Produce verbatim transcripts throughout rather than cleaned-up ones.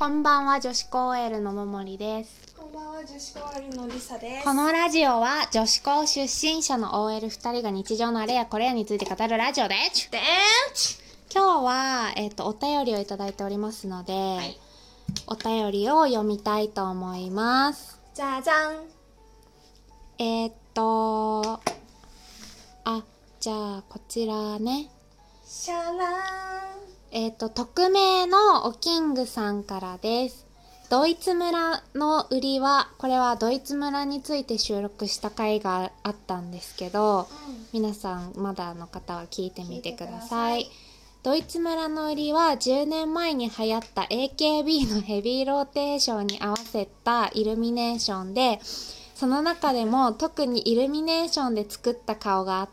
こんばんは、女子高 オーエル のももりです。 こんばんは、女子高 オーエル のりさです。 このラジオは女子高出身者の オーエルふたりが日常のあれやこれやについて語るラジオです。 でー今日は、えっと、お便りをいただいておりますので、はい、お便りを読みたいと思います。 じゃじゃん。 えー、っとあじゃあこちらね、 シャラーン。 えー、っと匿名のおキングさんからです。ドイツ村の売りは、これはドイツ村について収録した回があったんですけど、うん、皆さんまだの方は聞いてみてください。ドイツ村の売りはじゅうねんまえに流行った エーケービー のヘビーローテーションに合わせたイルミネーションで、その中でも特にイルミネーションで作った顔があって、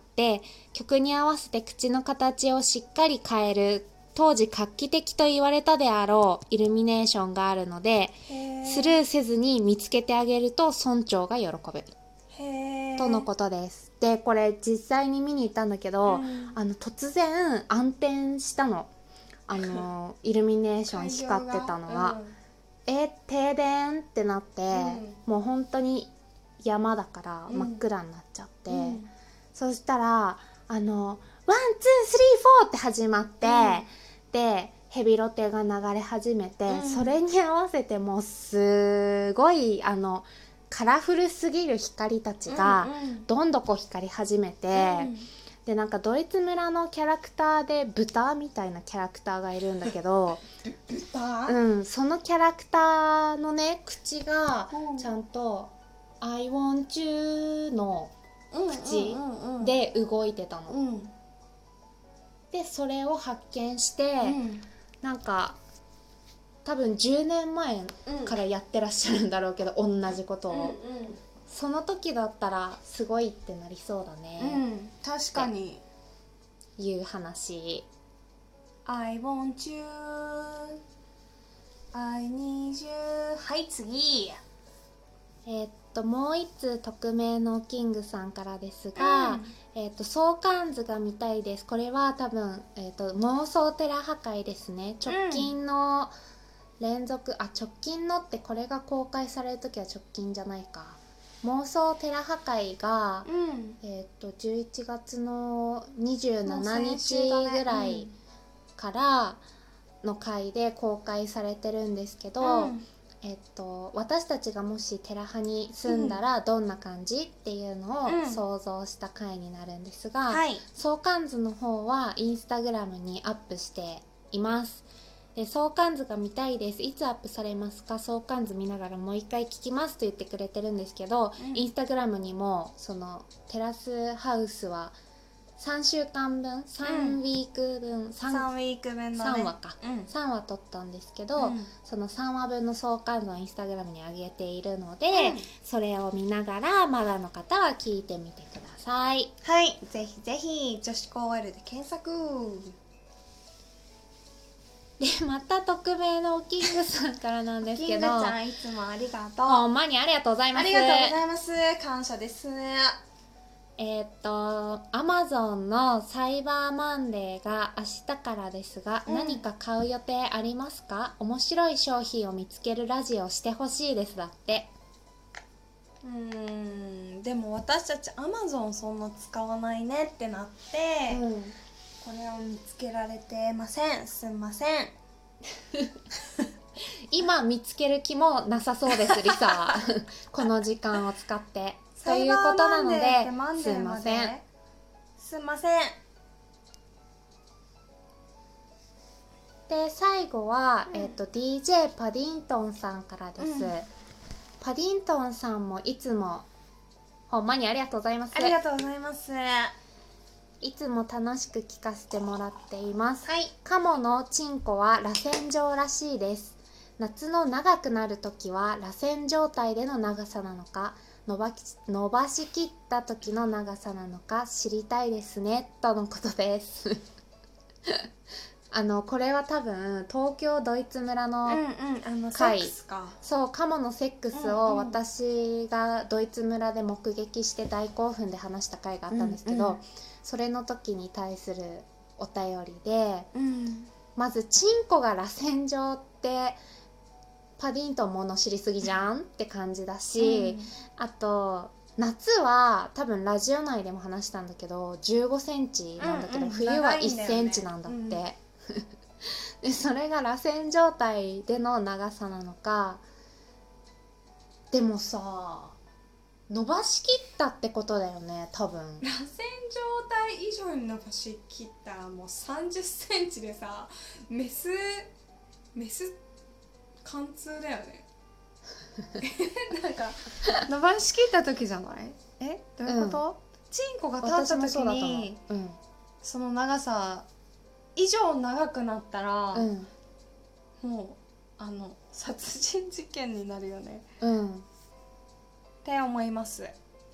曲に合わせて口の形をしっかり変える当時画期的と言われたであろうイルミネーションがあるので、スルーせずに見つけてあげると村長が喜ぶへーとのことです。でこれ実際に見に行ったんだけど、うん、あの突然暗転したの、あのイルミネーション光ってたのが、うん、え停電ってなって、うん、もう本当に山だから真っ暗になっちゃって、うん、そしたらあのワンツースリーフォーって始まって、うん、でヘビロテが流れ始めて、うん、それに合わせてもうすごいあのカラフルすぎる光たちがどんどんこう光り始めて、うん、でなんかドイツ村のキャラクターで豚みたいなキャラクターがいるんだけどうん、そのキャラクターのね口がちゃんと、うん、I want you の口で動いてたの、うんうんうん、でそれを発見して、うん、なんか多分じゅうねんまえからやってらっしゃるんだろうけど、うん、同じことを、うんうん、その時だったらすごいってなりそうだね、 うん、確かにいう話。 I want you I need you。 はい次。 えー、っともう一通匿名のキングさんからですが、うん、えー、っと相関図が見たいです。これは多分、えー、っと妄想テラ破壊ですね。直近の連続、うん、あ直近のってこれが公開される時は直近じゃないか。妄想テラ破壊が、うん、えー、っとじゅういちがつのにじゅうしちにちぐらいからの回で公開されてるんですけど、うん、えっと、私たちがもしテラハに住んだらどんな感じっていうのを想像した回になるんですが、うんはい、相関図の方はインスタグラムにアップしています。で相関図が見たいです、いつアップされますか、相関図見ながらもう一回聞きますと言ってくれてるんですけど、うん、インスタグラムにもそのテラスハウスはさんしゅうかんぶん、さんウィークぶん、 さん, さんウィーク分の、ね、 さんわか、うん、さんわ撮ったんですけど、うん、そのさんわぶんの相関図をインスタグラムに上げているので、うん、それを見ながらまだの方は聞いてみてください。 はい、ぜひぜひ女子高 オーエル で検索でまた匿名のキングさんからなんですけど、 キングちゃんいつもありがとう。 ほんまにありがとうございます。 ありがとうございます、感謝です。 えー、っと Amazon のサイバーマンデーが明日からですが、うん、何か買う予定ありますか？面白い商品を見つけるラジオをしてほしいです。だって。 うーんでも私たち Amazon そんな使わないねってなって、うん、これを見つけられてません。すんません今見つける気もなさそうですリサこの時間を使ってということなのですいませんすいません。 で最後は、うんえー、と ディージェー パディントンさんからです、うん、パディントンさんもいつもほんまにありがとうございます。 ありがとうございます。 いつも楽しく聞かせてもらっています、 はい、 カモのチンコは螺旋状らしいです。夏の長くなるときは螺旋状態での長さなのか伸ばき伸ばしきった時の長さなのか知りたいですねとのことですあのこれは多分東京ドイツ村の回、うんうん、 あのセックスかそうカモのセックスを私がドイツ村で目撃して大興奮で話した回があったんですけど、うんうん、それの時に対するお便りで、うん、まずチンコが螺旋状ってパディントン物知りすぎじゃんって感じだし、うん、あと夏は多分ラジオ内でも話したんだけどじゅうごセンチなんだけど、うんうん、冬はいっセンチなんだって、ねうん、でそれが螺旋状態での長さなのか。でもさ伸ばしきったってことだよね多分。 螺旋状態以上に伸ばしきったらもうさんじゅっセンチでさメスメス貫通だよねなんか伸ばしきった時じゃない？えどういうこと？うん、チンコが立った時に そ,、うん、その長さ以上長くなったら、うん、もうあの殺人事件になるよね、うん、って思います。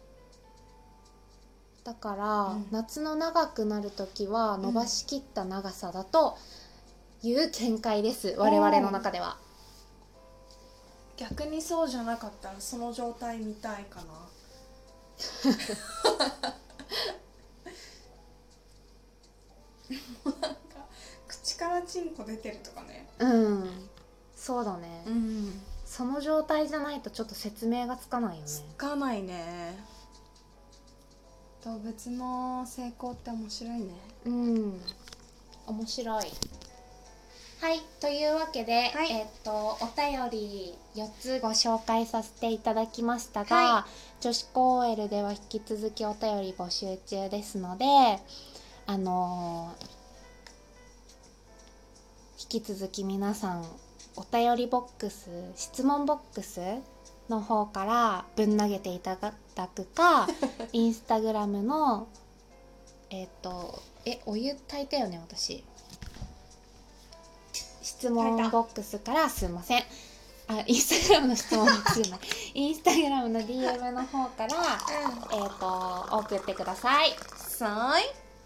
だから、うん、夏の長くなる時は伸ばしきった長さだという見解です、うん、我々の中では。 逆にそうじゃなかったらその状態見たいかなもうなんか口からチンコ出てるとかね。 うんそうだね、うん、その状態じゃないとちょっと説明がつかないよね。 つかないね。動物の成功って面白いね。 うん面白い。はい、というわけで、はい、えっとお便りよっつご紹介させていただきましたが、はい、女子高 オーエル では引き続きお便り募集中ですので、あのー、引き続き皆さんお便りボックス、質問ボックスの方からぶん投げていただくかインスタグラムのえっとえお湯炊いたよね私。質問ボックスからすいませんあインスタグラムの質問ボックスじゃないインスタグラムの ディーエム の方から、うん、えっと送ってください。 さい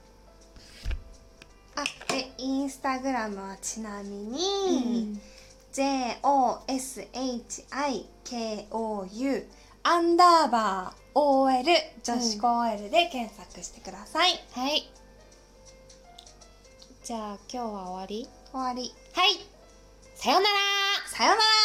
あでインスタグラムはちなみに、うん、ジェイオーエスエイチアイケーオーユー アンダーバー オーエル 女子高 オーエル で検索してください、 うん、はいじゃあ今日は終わり終わり。 はいさようならさようなら。